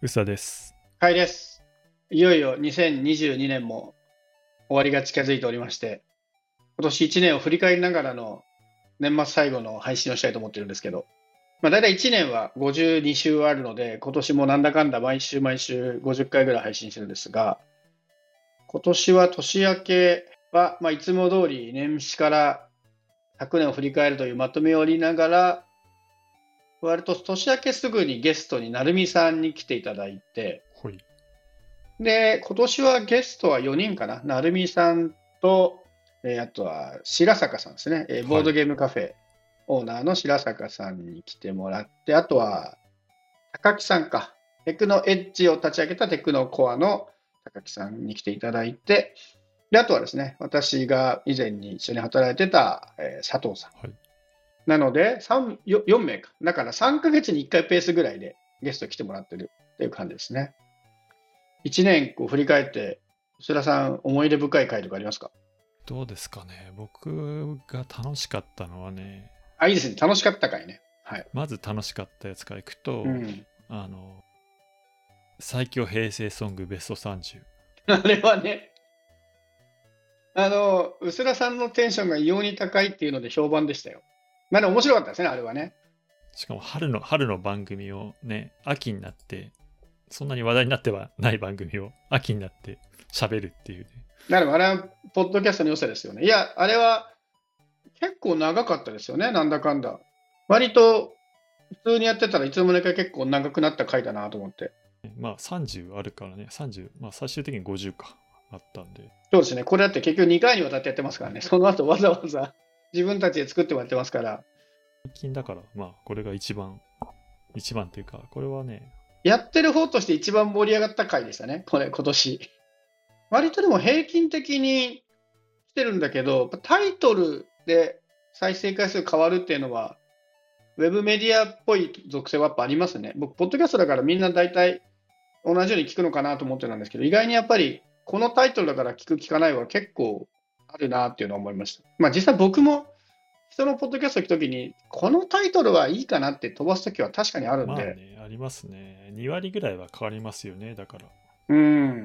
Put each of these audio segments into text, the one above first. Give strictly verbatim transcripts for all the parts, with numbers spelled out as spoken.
うさです。 はいです。いよいよにせんにじゅうにねんも終わりが近づいておりまして、今年いちねんを振り返りながらの年末最後の配信をしたいと思ってるんですけど、まあ大体いちねんはごじゅうに週あるので、今年もなんだかんだ毎週毎週ごじゅっかいぐらい配信してるんですが、今年は年明けは、まあいつも通り年始からひゃくねんを振り返るというまとめをやりながら、割と年明けすぐにゲストになるみさんに来ていただいて、 ほい。 で、今年はゲストはよにんかな。なるみさんと、えーあとは白坂さんですね。えーボはい。 ードゲームカフェオーナーの白坂さんに来てもらって、あとは高木さんか。テクノエッジを立ち上げたテクノコアの高木さんに来ていただいて、で、あとはですね、私が以前に一緒に働いてた、えー佐藤さん。 はい。 なので、さん、よよん名か。だからさんかげつにいっかいペースぐらいでゲスト来てもらってるっていう感じですね。一年こう振り返って、須田さん、思い出深い回とかありますか？ どうですかね。僕が楽しかったのはね、 あ、いいですね。楽しかった回ね。はい。 まず楽しかったやつからいくと、 うん。 あの、最強平成ソングベストさんじゅう。 あれはね、あの、薄田さんのテンションが異様に高いっていうので評判でしたよ。まあでも面白かったですね、あれはね。 しかも春の、春の番組をね、秋になって、そんなに話題になってはない番組を秋になって喋るっていうね。 なるほど、あれは、ポッドキャストの良さですよね。いや、あれは結構長かったですよね、なんだかんだ。割と、普通にやってたらいつの間にか結構長くなった回だなと思って。 まあさんじゅうあるからね、さんじゅう、まあ最終的にごじゅうか、あったんで。 そうですね。これだって結局にかいにわたってやってますからね。その後わざわざ自分たちで作ってもらってますから。 最近だから、まあこれが一番、一番っていうか、これはね、 やってる方として一番盛り上がった回でしたね。これ、今年。割とでも平均的に来てるんだけど、タイトルで再生回数変わるっていうのは、ウェブメディアっぽい属性はやっぱありますね。僕、ポッドキャストだからみんな大体同じように聞くのかなと思ってたんですけど、意外にやっぱりこのタイトルだから聞く聞かないは結構あるなっていうのは思いました。まあ実際僕も人のポッドキャスト聞くときに、このタイトルはいいかなって飛ばすときは確かにあるんで、 まあね、ありますね。に割ぐらいは変わりますよね。だから、 うん。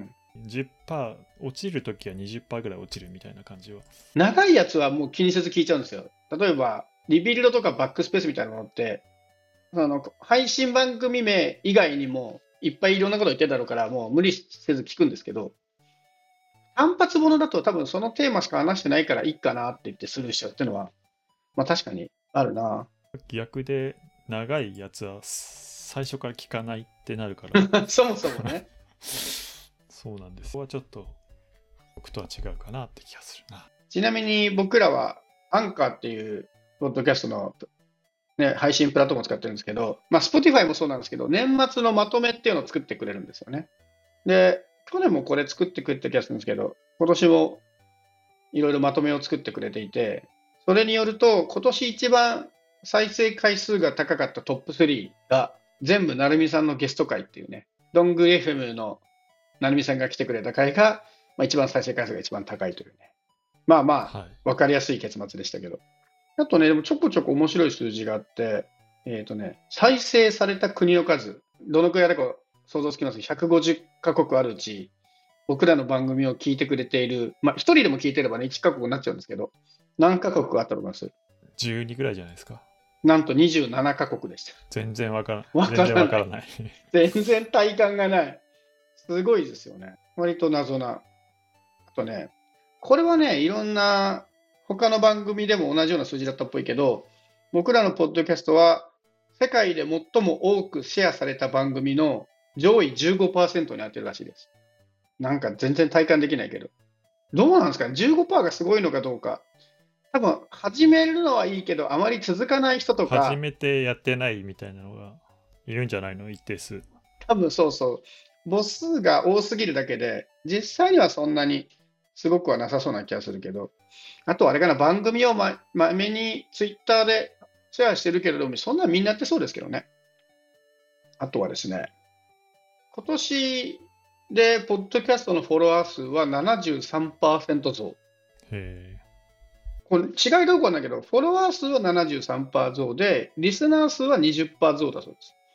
じゅっパーセント、落ちるときはにじゅっパーセントぐらい落ちるみたいな感じは。 長いやつはもう気にせず聞いちゃうんですよ。例えば、リビルドとかバックスペースみたいなものって、あの、配信番組名以外にもいっぱいいろんなこと言ってるだろうから、もう無理せず聞くんですけど、単発ものだと多分そのテーマしか話してないからいいかなって言ってスルーしちゃうっていうのは、まあ確かにあるな。 逆で、長いやつは最初から聞かないってなるから。 そもそもね。 そうなんです。ここはちょっと、僕とは違うかなって気がするな。 ちなみに僕らはアンカーっていうポッドキャストの、ね、配信プラットフォームを使ってるんですけど、まあ Spotify もそうなんですけど、年末のまとめっていうのを作ってくれるんですよね。で、去年もこれ作ってくれた気がするんですけど、今年もいろいろまとめを作ってくれていて、それによると、今年一番再生回数が高かったトップスリーが、全部なるみさんのゲスト回っていうね、どんぐり エフエム のなるみさんが来てくれた回が、まあ、一番再生回数が一番高いというね。まあまあ、 はい。 わかりやすい結末でしたけど。あとね、でもちょこちょこ面白い数字があって、えっとね、再生された国の数、どのくらいだか想像つきます？ ひゃくごじゅう カ国あるうち、僕らの番組を聞いてくれている、まあ、一人でも聞いてればね、いちカ国になっちゃうんですけど、何カ国あったと思います？ じゅうにぐらいじゃないですか。 なんとにじゅうななカ国でした。 全然わからない。 わ全からない。 然わからない。 全然体感がない。すごいですよね。割と謎な。あとね、これはね、いろんな他の番組でも同じような数字だったっぽいけど、僕らのポッドキャストは世界で最も多くシェアされた番組の上位じゅうごパーセントになってるらしいです。なんか全然体感できないけど。どうなんですかね？ じゅうごパーセント がすごいのかどうか。多分、始めるのはいいけど、あまり続かない人とか、 初めてやってないみたいなのがいるんじゃないの一定数。 多分そうそう、母数が多すぎるだけで、実際にはそんなにすごくはなさそうな気がするけど、あとあれかな、番組をま、まめにツイッターでシェアしてるけれども、そんなみんなやってそうですけどね。あとはですね、今年で、ポッドキャストのフォロワー数はななじゅうさんパーセント増。 へこれ違いどころなんだけど、フォロワー数はななじゅうさんパーセント増で、リスナー数はにじゅっパーセント増だそうです。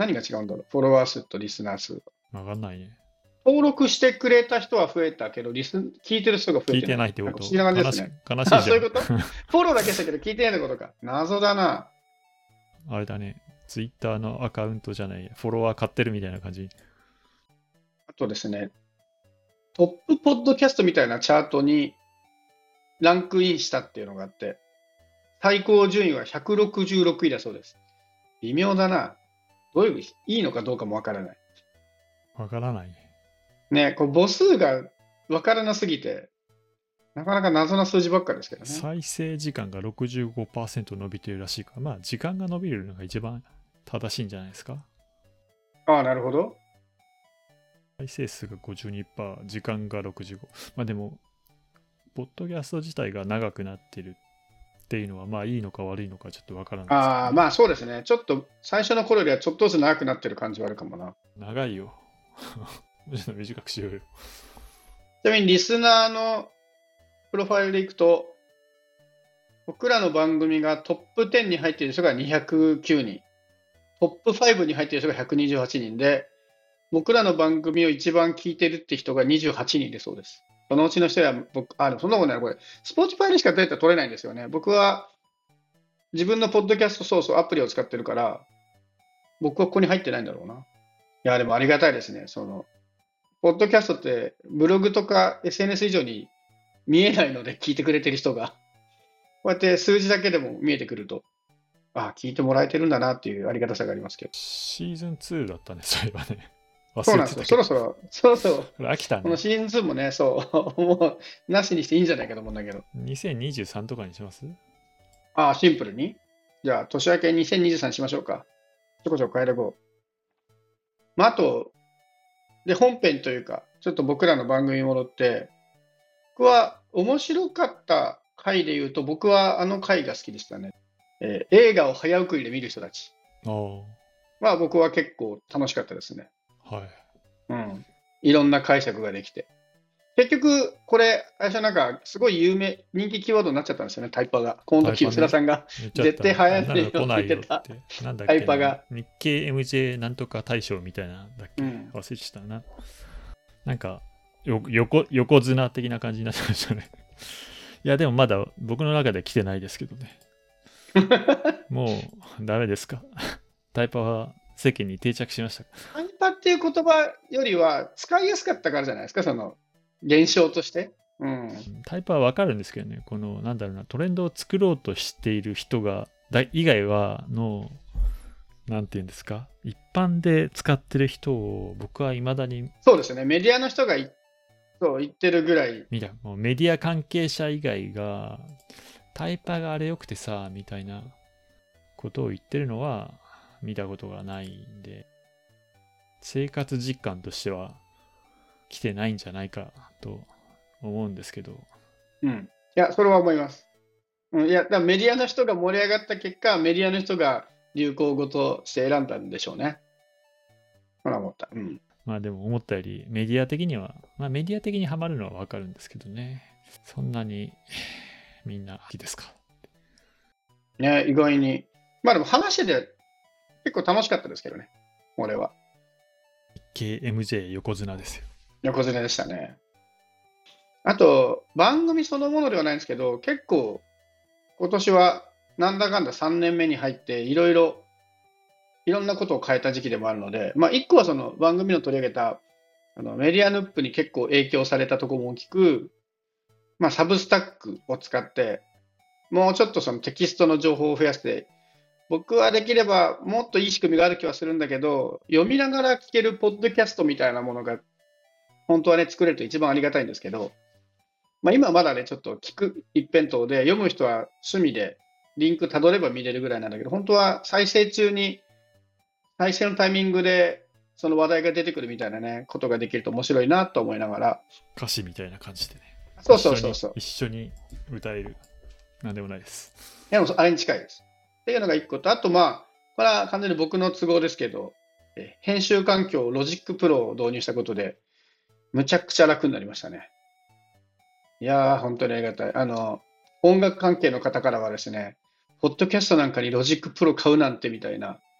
何が違うんだろう。フォロワー数とリスナー数。 わかんないね。 登録してくれた人は増えたけど、リス、聞いてる人が増えてない。 聞いてないってこなんか不思議なと。悲し、 感じですね。あ、 悲しいじゃん。 そういうことフォローだけしたけど聞いてないってことか。謎だな。 あれだね。ツイッターのアカウントじゃないや、フォロワー買ってるみたいな感じ。 あとですね、トップポッドキャストみたいなチャートにランクインしたっていうのがあって、最高順位はひゃくろくじゅうろくいだそうです。微妙だな。どういう、いいのかどうかもわからない。 わからないね。 ね、こう母数がわからなすぎて、なかなか謎な数字ばっかですけどね。 再生時間が ろくじゅうごパーセント 伸びてるらしいから、まあ時間が伸びるのが一番正しいんじゃないですか。 ああ、なるほど。 再生数が ごじゅうにパーセント、時間がろくじゅうご。まあでも、ポッドキャスト自体が長くなってるっていうのは、まあいいのか悪いのかちょっとわからないですけどああ、 ね。 まあそうですね。ちょっと最初の頃よりはちょっとずつ長くなってる感じはあるかもな。 長いよ。もうちょっと短くしようよ。 ちなみにリスナーのプロファイルでいくと、僕らの番組がトップじゅうに入っている人がにひゃくきゅうにん、トップごに入っている人がひゃくにじゅうはちにんで、僕らの番組を一番聞いてるって人がにじゅうはちにんでそうです。そのうちの人は僕、あ、でもそんなことないな、これ。Spotify でしかデータ取れないんですよね。僕は自分のポッドキャストソースアプリを使ってるから、僕はここに入ってないんだろうな。いや、でもありがたいですね。その、ポッドキャストってブログとか エスエヌエス 以上に見えないので聞いてくれてる人が、こうやって数字だけでも見えてくると、あ、聞いてもらえてるんだなっていうありがたさがありますけど。 シーズンツーだったね、そういえばね。 そうなんですよ。 忘れてたけど。 そろそろ、そろそろ、 これ飽きたね。 このシーズンツーもね、そう、もう、なしにしていいんじゃないかと思うんだけど。 にせんにじゅうさんとかにします？ ああ、シンプルにじゃあ、年明けにせんにじゅうさんにしましょうか。ちょこちょこ変えていこう。まあ、あと、で、本編というか、ちょっと僕らの番組に戻って、僕は面白かった回で言うと、僕はあの回が好きでしたね。えー映画を早送りで見る人たちああ、 は僕は結構楽しかったですね。 はい。 うん。いろんな解釈ができて。結局、これ、最初なんか、すごい有名、人気キーワードになっちゃったんですよね、タイパが。この時、 タイパね吉田さんが言っちゃった。 絶対流行あんなの来らないよってないよっ言ってた。 て。なんだっタけな。 イパが。 日経 エムジェー なんとか大賞みたいな、だっけ、 うん。 忘れてたな。なんか、よ横、横綱的な感じになってましたね。いや、でもまだ僕の中で来てないですけどね。もうダメですか。タイパは世間に定着しましたか。 タイパっていう言葉よりは、使いやすかったからじゃないですか、その、現象として。うん。 タイパはわかるんですけどね、この、なんだろうな、トレンドを作ろうとしている人が、だ以外は、の、なんていうんですか、一般で使ってる人を僕は未だにそうですね。メディアの人がいそう言ってるぐらい。 見た、もうメディア関係者以外が、タイパがあれ良くてさ、みたいなことを言ってるのは見たことがないんで、生活実感としては来てないんじゃないかと思うんですけど、 うん。いや、それは思います。うん、いや、だからメディアの人が盛り上がった結果、メディアの人が流行語として選んだんでしょうね。それは思った。うん。 まあでも思ったよりメディア的には、まあメディア的にハマるのはわかるんですけどね。そんなにみんな好きですか。 ね、意外に。まあでも話してて結構楽しかったですけどね。俺は。 ケーエムジェー 横綱ですよ。 横綱でしたね。あと、番組そのものではないんですけど、結構今年はなんだかんださんねんめに入っていろいろ、いろんなことを変えた時期でもあるので、まあ一個はその番組の取り上げたあのメディアヌップに結構影響されたところも大きく、まあサブスタックを使って、もうちょっとそのテキストの情報を増やして、僕はできればもっといい仕組みがある気はするんだけど、読みながら聞けるポッドキャストみたいなものが本当はね、作れると一番ありがたいんですけど、まあ、今はまだね、ちょっと聞く一辺倒で、読む人は趣味でリンク辿れば見れるぐらいなんだけど、本当は再生中に、再生のタイミングでその話題が出てくるみたいなね、ことができると面白いなと思いながら、 歌詞みたいな感じでね。 そうそうそうそう。 一緒に、一緒に歌える。なんでもないです。 でもあれに近いです。っていうのが一個と、あとまあ、これは完全に僕の都合ですけど、え編集環境、ロジックプロを導入したことで、むちゃくちゃ楽になりましたね。いやー、本当にありがたい。あの、音楽関係の方からはですね、ポッドキャストなんかにロジックプロ買うなんてみたいな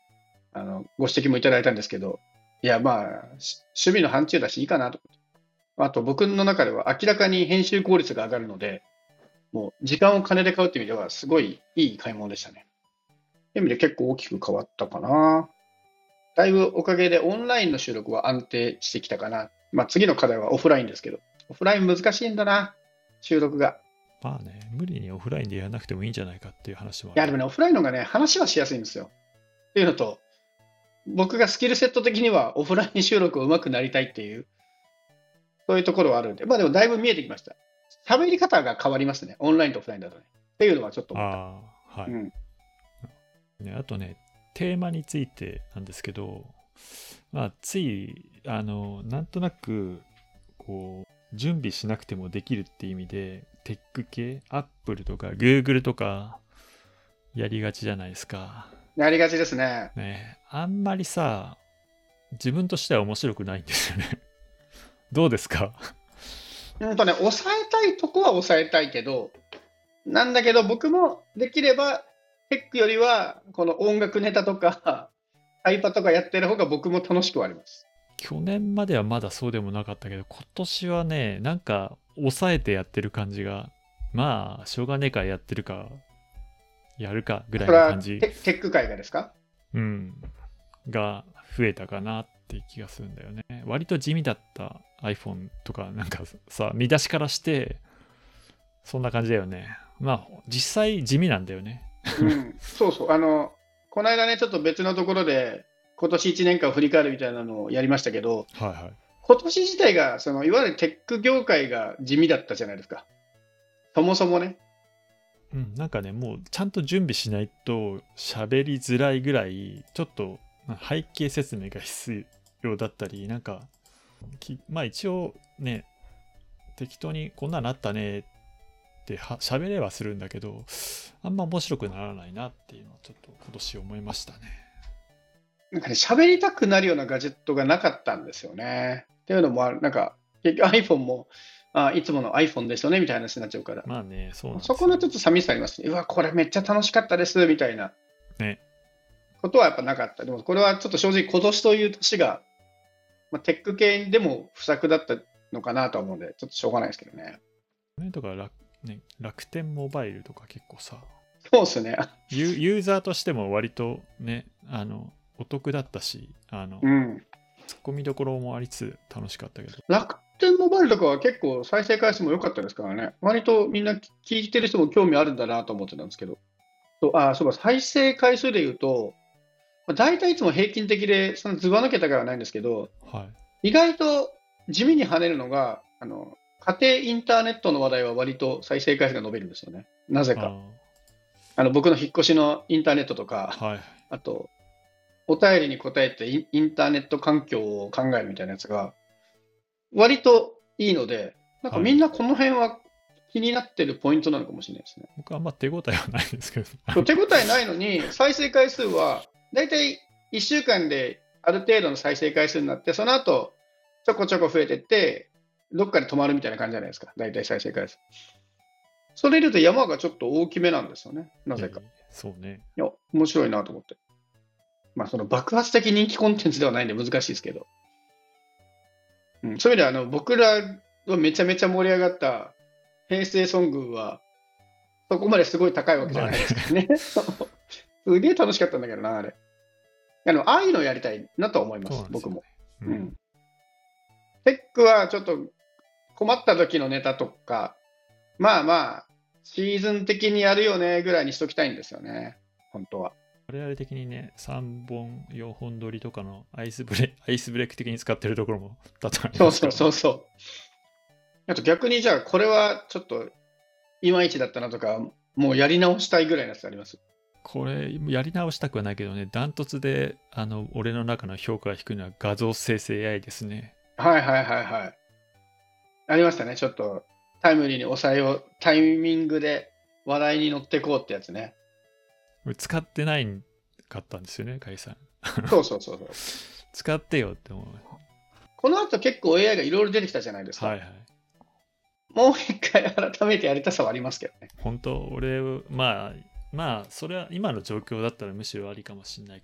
あの、ご指摘もいただいたんですけど、いや、まあ、し趣味の範疇だしいいかなと。あと、僕の中では明らかに編集効率が上がるので、もう時間を金で買うっていう意味では、すごいいい買い物でしたね。そういう意味で結構大きく変わったかな。だいぶおかげでオンラインの収録は安定してきたかな。まあ次の課題はオフラインですけど、オフライン難しいんだな、収録が。 まあね、無理にオフラインでやらなくてもいいんじゃないかっていう話もあいや、 る。 でもね、オフラインの方がね、話はしやすいんですよ。っていうのと、僕がスキルセット的にはオフライン収録を上手くなりたいっていう、そういうところはあるんで、まあでもだいぶ見えてきました。喋り方が変わりますね、オンラインとオフラインだとね。っていうのはちょっと思った。 ああ、はい。 うん。 ね、あとね、テーマについてなんですけど、まあ、つい、あの、なんとなく、こう、準備しなくてもできるっていう意味で、テック系、Apple とか Google とかやりがちじゃないですか。 やりがちですね。 ね、あんまりさ、自分としては面白くないんですよね。どうですか？ うんとね、抑えたいとこは抑えたいけど、なんだけど僕もできればテックよりはこの音楽ネタとかタイパとかやってる方が僕も楽しくはあります。 去年まではまだそうでもなかったけど、今年はね、なんか抑えてやってる感じが、まあ、しょうがねえからやってるか、やるかぐらいそれはな感じ、 テテック界がですか？ うん、が増えたかなって気がするんだよね。割と地味だった iPhone とかなんかさ、見出しからして、そんな感じだよね。まあ、実際地味なんだよね。 うん、そうそう。あの、この間ね、ちょっと別のところで今年いちねんかんを振り返るみたいなのをやりましたけど、 はいはい。 今年自体がそのいわゆるテック業界が地味だったじゃないですか。そもそもね。 うん、なんかね、もうちゃんと準備しないと喋りづらいぐらい、ちょっと背景説明が必要だったり、なんか、きまあ一応ね、適当にこんなのあったねっては喋れはするんだけど、あんま面白くならないなっていうのはちょっと今年思いましたね。 なんかね、喋りたくなるようなガジェットがなかったんですよね。っていうのもある、なんか、結局 iPhone も、あ、いつもの iPhone ですよね、みたいな話になっちゃうから。 まあね、そうなんでそこすよ。 のちょっと寂しさありますね。うわ、これめっちゃ楽しかったです、みたいなね。 ことはやっぱなかった。でもこれはちょっと正直今年という年が、まあ、テック系でも不作だったのかなとは思うんで、ちょっとしょうがないですけどね。 ねとか楽、ね、楽天モバイルとか結構さ、 そうですね。 ユユーザーとしても割とね、あの、お得だったし、あの、 うん。 ツッコミどころもありつつ楽しかったけど。 楽天モバイルとかは結構再生回数も良かったですからね。割とみんな聞いてる人も興味あるんだなと思ってたんですけど。そうあ、そうか、再生回数で言うと、まあ大体いつも平均的で、そのずば抜けたからはないんですけど、 はい。 意外と地味に跳ねるのが、あの、家庭インターネットの話題は割と再生回数が伸びるんですよね。なぜか。 ああの、僕の引っ越しのインターネットとか、 あ、はい。 あと、お便りに答えてインインターネット環境を考えるみたいなやつが、割といいので、なんかはい。 みんなこの辺は気になってるポイントなのかもしれないですね。 僕はあんま手応えはないですけど。 そう手応えないのに、再生回数は、だいたいいっしゅうかんである程度の再生回数になって、その後、ちょこちょこ増えてって、どっかで止まるみたいな感じじゃないですか。だいたい再生回数。それで言うと山がちょっと大きめなんですよね。なぜか。 いやいや、そうね。 いや、面白いなと思って。まあ、その爆発的人気コンテンツではないんで難しいですけど。うん、そういう意味では、あの、僕らはめちゃめちゃ盛り上がった平成ソングは、そこまですごい高いわけじゃないまあね。 ですからね。すげえ楽しかったんだけどな、あれ。あの、ああいうのをやりたいなと思います、僕も。 そうなんですよね。うん。 うん。テックはちょっと困った時のネタとか、まあまあ、シーズン的にやるよねぐらいにしときたいんですよね。本当は。 我々的にね、さんぼん、よんほん撮りとかのアイスブレアイスブレイク的に使ってるところも多々ありそうそうますからね。 そうそう。あと逆にじゃあ、これはちょっといまいちだったなとか、もうやり直したいぐらいのやつあります。 これ、やり直したくはないけどね、ダントツで、あの、俺の中の評価が低いのは画像生成 エーアイ ですね。 はいはいはいはい。ありましたね。ちょっとタイムリーに抑えよう、タイミングで話題に乗ってこうってやつね。 使ってないかったんですよね、カイさん。 そうそうそうそう。 使ってよって思う。 この後結構 エーアイ がいろいろ出てきたじゃないですか。 はいはい。 もう一回改めてやりたさはありますけどね。 本当、俺、まあ、まあ、それは今の状況だったらむしろありかもしれないけど、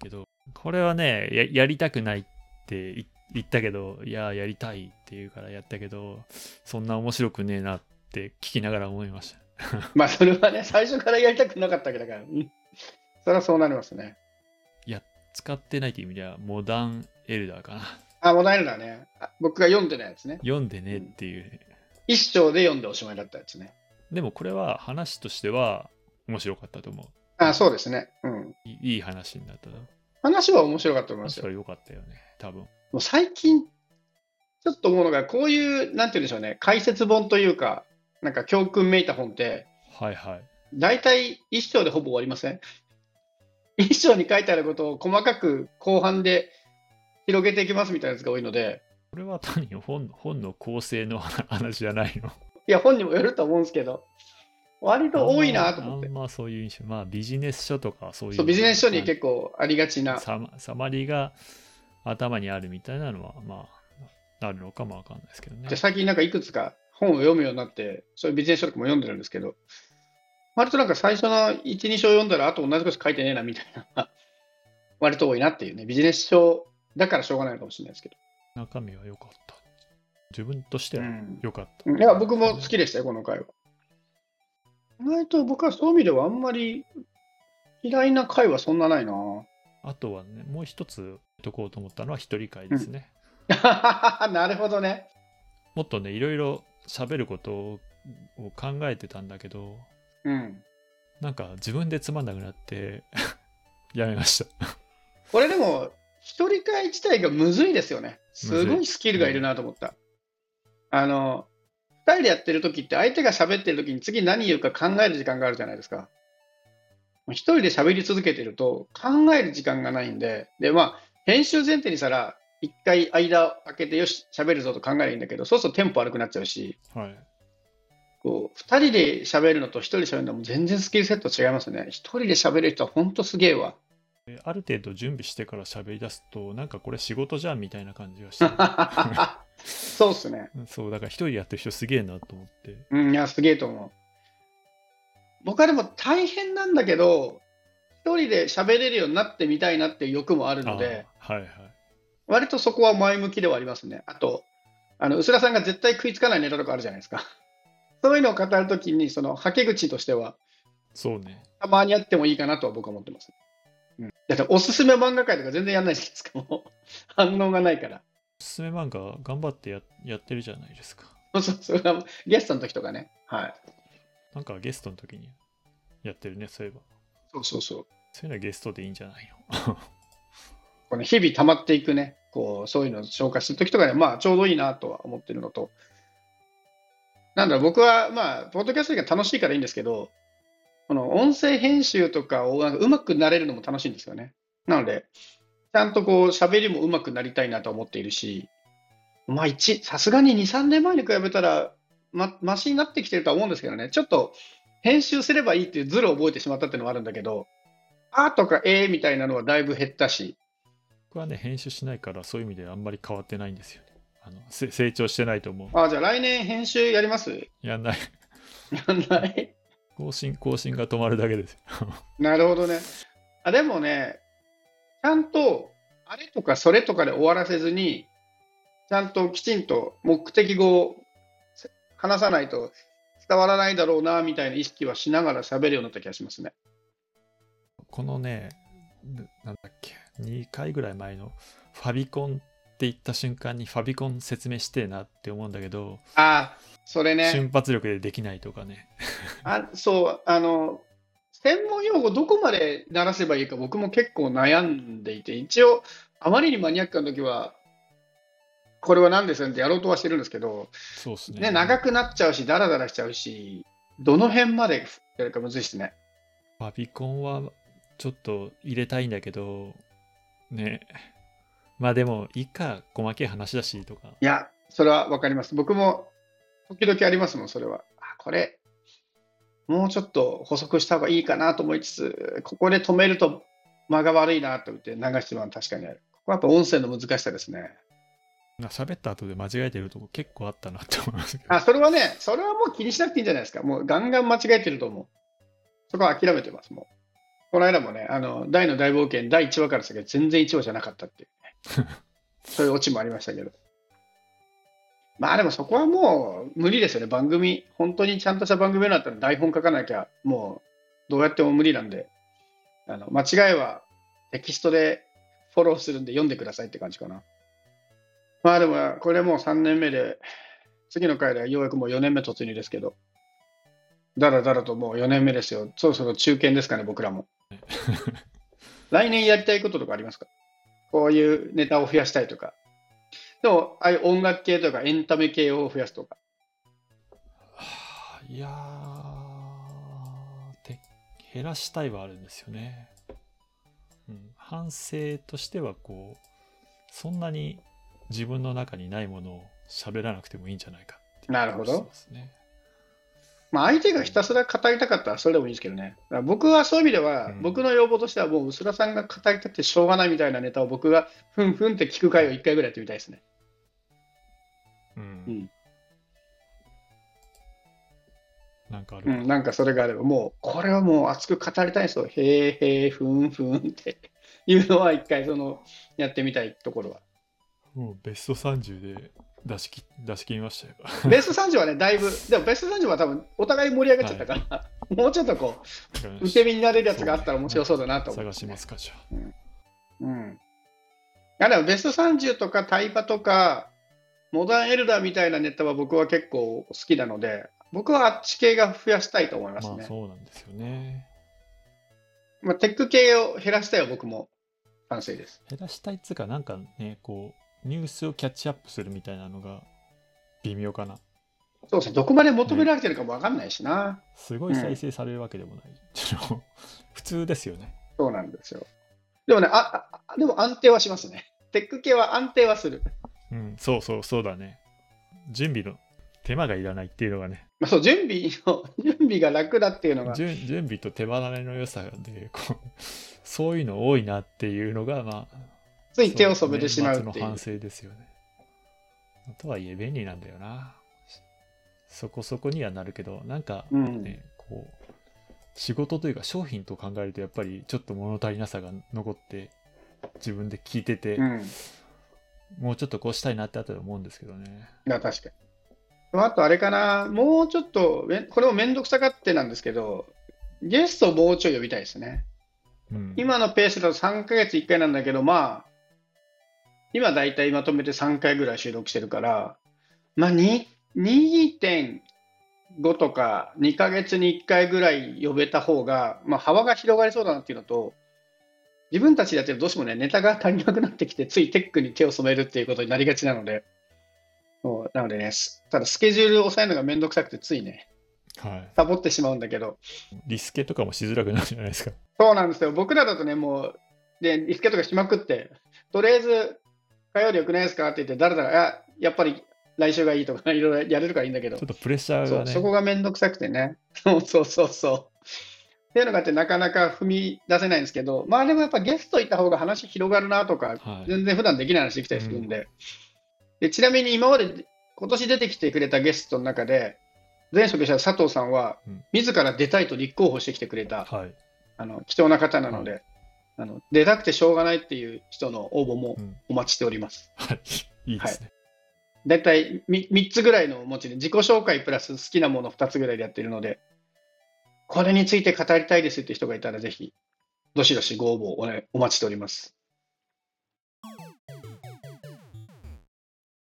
これはねや、やりたくないって言言ったけど、いや、やりたいって言うからやったけど、そんな面白くねえなって聞きながら思いました。 まあ、それはね、最初からやりたくなかったわけだから、うん、それはそうなりますね。 いや、使ってないという意味では、モダンエルダーかな。 あ、モダンエルダーね。あ、僕が読んでないやつね。 読んでねっていう、ね、 一章で読んでおしまいだったやつね。 でもこれは話としては面白かったと思う。 あ、そうですね。うん。 いいい話になったな。 話は面白かったと思いますよ。 話は良かったよね、多分。 もう最近、ちょっと思うのが、こういう、なんて言うんでしょうね、解説本というか、なんか教訓めいた本って、 はいはい。 大体一章でほぼ終わりません？一章に書いてあることを細かく後半で広げていきますみたいなやつが多いので、 これは単に本本の構成の話じゃないの？ いや、本にもよると思うんですけど、割と多いなと思って。 あんまそういう印象。まあビジネス書とかそういうそう、ビジネス書に結構ありがちな。 サマサマリーが頭にあるみたいなのは、まあ、あるのかもわかんないですけどね。 で、最近なんかいくつか本を読むようになって、そういうビジネス書とかも読んでるんですけど、割となんか最初のいち、に章読んだら、あと同じこと書いてねえなみたいな、割と多いなっていうね、ビジネス書だからしょうがないのかもしれないですけど。 中身は良かった。自分としては良かった。 うん、いや、僕も好きでしたよ、この回は。意外と僕はそういう意味ではあんまり嫌いな回はそんなないな。 あとはね、もう一つ言っとこうと思ったのは一人会ですね。 うん、なるほどね。 もっとね、いろいろ喋ることを考えてたんだけど、 うん、 なんか自分でつまんなくなってやめました。 これでも、一人会自体がむずいですよね。すごいスキルがいるなと思った。うん、あの、二人でやってる時って相手が喋ってる時に次何言うか考える時間があるじゃないですか。一人で喋り続けてると考える時間がないんで、で、まあ、編集前提にしたら、一回間開けてよし、喋るぞと考えるいいんだけど、そうするとテンポ悪くなっちゃうし、 はい、 こう、二人で喋るのと一人で喋るのも全然スキルセット違いますね。一人で喋る人は本当すげえわ。 ある程度準備してから喋り出すと、なんかこれ仕事じゃんみたいな感じがして。 そうっすね。 そう、だから一人でやってる人すげえなと思って。 うん、いや、すげえと思う。僕はでも大変なんだけど、一人で喋れるようになってみたいなっていう欲もあるので、 はいはい、 割とそこは前向きではありますね。あと、あの、薄田さんが絶対食いつかないネタとかあるじゃないですか。そういうのを語るときに、その、はけ口としては、 そうね。 たまにあってもいいかなとは僕は思ってます。うん、だっておすすめ漫画界とか全然やんないじゃないですか、もう。反応がないから。 おすすめ漫画頑張ってややってるじゃないですか。 そうそう、それはゲストの時とかね。はい。 なんかゲストの時にやってるね、そういえば。 そうそうそう。 そういうのはゲストでいいんじゃないの？ これ日々溜まっていくね、こう、そういうのを紹介する時とかね、まあ、ちょうどいいなとは思ってるのと、なんだろう、僕は、まあ、ポッドキャストが楽しいからいいんですけど、この音声編集とかをなんかうまくなれるのも楽しいんですよね。なので、ちゃんとこう、喋りもうまくなりたいなと思っているし、まあ、一、さすがにに、さんねんまえに比べたら、ま、マシになってきてるとは思うんですけどね、ちょっと編集すればいいっていうズルを覚えてしまったっていうのはあるんだけど、あーとかえーみたいなのはだいぶ減ったし。 僕はね、編集しないからそういう意味であんまり変わってないんですよね。あの成長してないと思う。 あ、じゃあ来年編集やります？ やんない。 やんない。 更新、更新が止まるだけですよ。 なるほどね。あ、でもね、ちゃんと、あれとかそれとかで終わらせずに、ちゃんときちんと目的語を話さないと伝わらないだろうな、みたいな意識はしながら喋るようになった気がしますね。 このね、なんだっけ、にかいぐらい前のファビコンって言った瞬間にファビコン説明してえなって思うんだけど、 ああ、それね。 瞬発力でできないとかね。 あ、そう、あの、専門用語どこまで鳴らせばいいか僕も結構悩んでいて、一応、あまりにマニアックな時は、これは何ですよってやろうとはしてるんですけど、 そうですね。 ね、長くなっちゃうし、ダラダラしちゃうし、どの辺までやるかむずいですね。 ファビコンはちょっと入れたいんだけど、ね。まあでも、いいか、細けい話だしとか。 いや、それはわかります。僕も時々ありますもん、それは。あ、これ、もうちょっと補足した方がいいかなと思いつつ、ここで止めると間が悪いなと言って流してるのは確かにある。ここはやっぱ音声の難しさですね。 喋った後で間違えてるとこ結構あったなって思いますけど。 あ、それはね、それはもう気にしなくていいんじゃないですか。もうガンガン間違えてると思う。そこは諦めてます、もこの間もね、あの、大の大冒険だいいちわからですけど、全然いちわじゃなかったっていう、そういうオチもありましたけど。まあでもそこはもう無理ですよね。番組、本当にちゃんとした番組になったら台本書かなきゃ、もうどうやっても無理なんで、あの、間違いはテキストでフォローするんで読んでくださいって感じかな。まあでも、これもうさんねんめで、次の回ではようやくもうよねんめ突入ですけど、だらだらともうよねんめですよ。そろそろ中堅ですかね、僕らも。来年やりたいこととかありますか？こういうネタを増やしたいとか。でも、ああいう音楽系とかエンタメ系を増やすとか。 はあいやーて減らしたいはあるんですよね。うん、反省としてはこうそんなに自分の中にないものを喋らなくてもいいんじゃないかっていうなるほど。 気がしてますね。 まあ相手がひたすら語りたかったらそれでもいいですけどね。だから僕はそういう意味では、僕うん、 の要望としてはもう薄田さんが語りたくてしょうがないみたいなネタを僕がふんふんって聞く回をいっかいぐらいやってみたいですね。 うん、 うん。 なんかあるか。 うん、なんかそれがあれば、もう、これはもう熱く語りたいんですよ。へーへー、ふんふんっていうのは一回その、やってみたいところは。 もうベストさんじゅうで出しき出し切りましたよ。 ベストさんじゅうはね、だいぶ、でもベストさんじゅうは多分お互い盛り上がっちゃったはい。 から、もうちょっとこわかりう、 ました。 受け身になれるやつがあったそうね。 ら面白そうなんかだなと思いま探すね。 しますか、じゃあ。 うん。うん。いやでもベストさんじゅうとかタイパとか、モダンエルダーみたいなネタは僕は結構好きなので、僕はあっち系が増やしたいと思いますまあね。 そうなんですよね。 まあ、テック系を減らしたいは僕も賛成です。 減らしたいっつうか、なんかね、こう、ニュースをキャッチアップするみたいなのが微妙かな。 そうですね。どこまで求めね。 られてるかもわかんないしな。 すごい再うん。 生されるわけでもない。普通ですよね。 そうなんですよ。でもね、あ、あ、でも安定はしますね。テック系は安定はする。 うん、そうそうそうだね。準備の手間がいらないっていうのがね、 まあ、そう、準備の、準備が楽だっていうのが、 準準備と手離れの良さで、こう、そういうの多いなっていうのが、まあ、 つい手をそう、 染めてしまう年末のっていう。 反省ですよね。とはいえ便利なんだよな。そこそこにはなるけど、なんかうん。 ね、こう、仕事というか商品と考えるとやっぱりちょっと物足りなさが残って自分で聞いてて、 うん。 もうちょっとこうしたいなって後で思うんですけどね。 いや、確かに。あとあれかな、もうちょっと、めこれもめんどくさがってなんですけど、ゲストをもうちょい呼びたいですね。 うん。 今のペースだとさんかげついっかいなんだけど、まあ、今だいたいまとめてさんかいぐらい収録してるから、まあ、ににてんごとかにかげつにいっかいぐらい呼べた方が、まあ、幅が広がりそうだなっていうのと、自分たちでやってるとどうしてもね、ネタが足りなくなってきて、ついテックに手を染めるっていうことになりがちなので、そうなのでね、すただスケジュールを抑えるのがめんどくさくて、ついね、 はサボってしまうんだけど、 い。リスケとかもしづらくなるじゃないですか。 そうなんですよ。僕らだとね、もう、で、リスケとかしまくって、とりあえず、火曜日よくないですかって言って、だらだら、あ、やっぱり来週がいいとか、いろいろやれるからいいんだけど、 ちょっとプレッシャーそう、そこがね、 がめんどくさくてね。そうそうそうそう。っていうのがあってなかなか踏み出せないんですけど、まあでもやっぱゲストいた方が話広がるなとか、 は全然普段できない話できたい。うん。 りするんで、で、ちなみに今まで今年出てきてくれたゲストの中で、前職者佐藤さんは、 うん。 自ら出たいと立候補してきてくれた、 はい。 あの、貴重な方なはい。 ので、あの、出たくてしょうがないっていう人の応募もうん。 お待ちしております。 はい。いいではい。 すね。 だいたいみみっつぐらいのお持ちで、自己紹介プラス好きなものふたつぐらいでやってるので、これについて語りたいですっていう人がいたら、ぜひ、どしどしご応募をお,、ね、お待ちしております。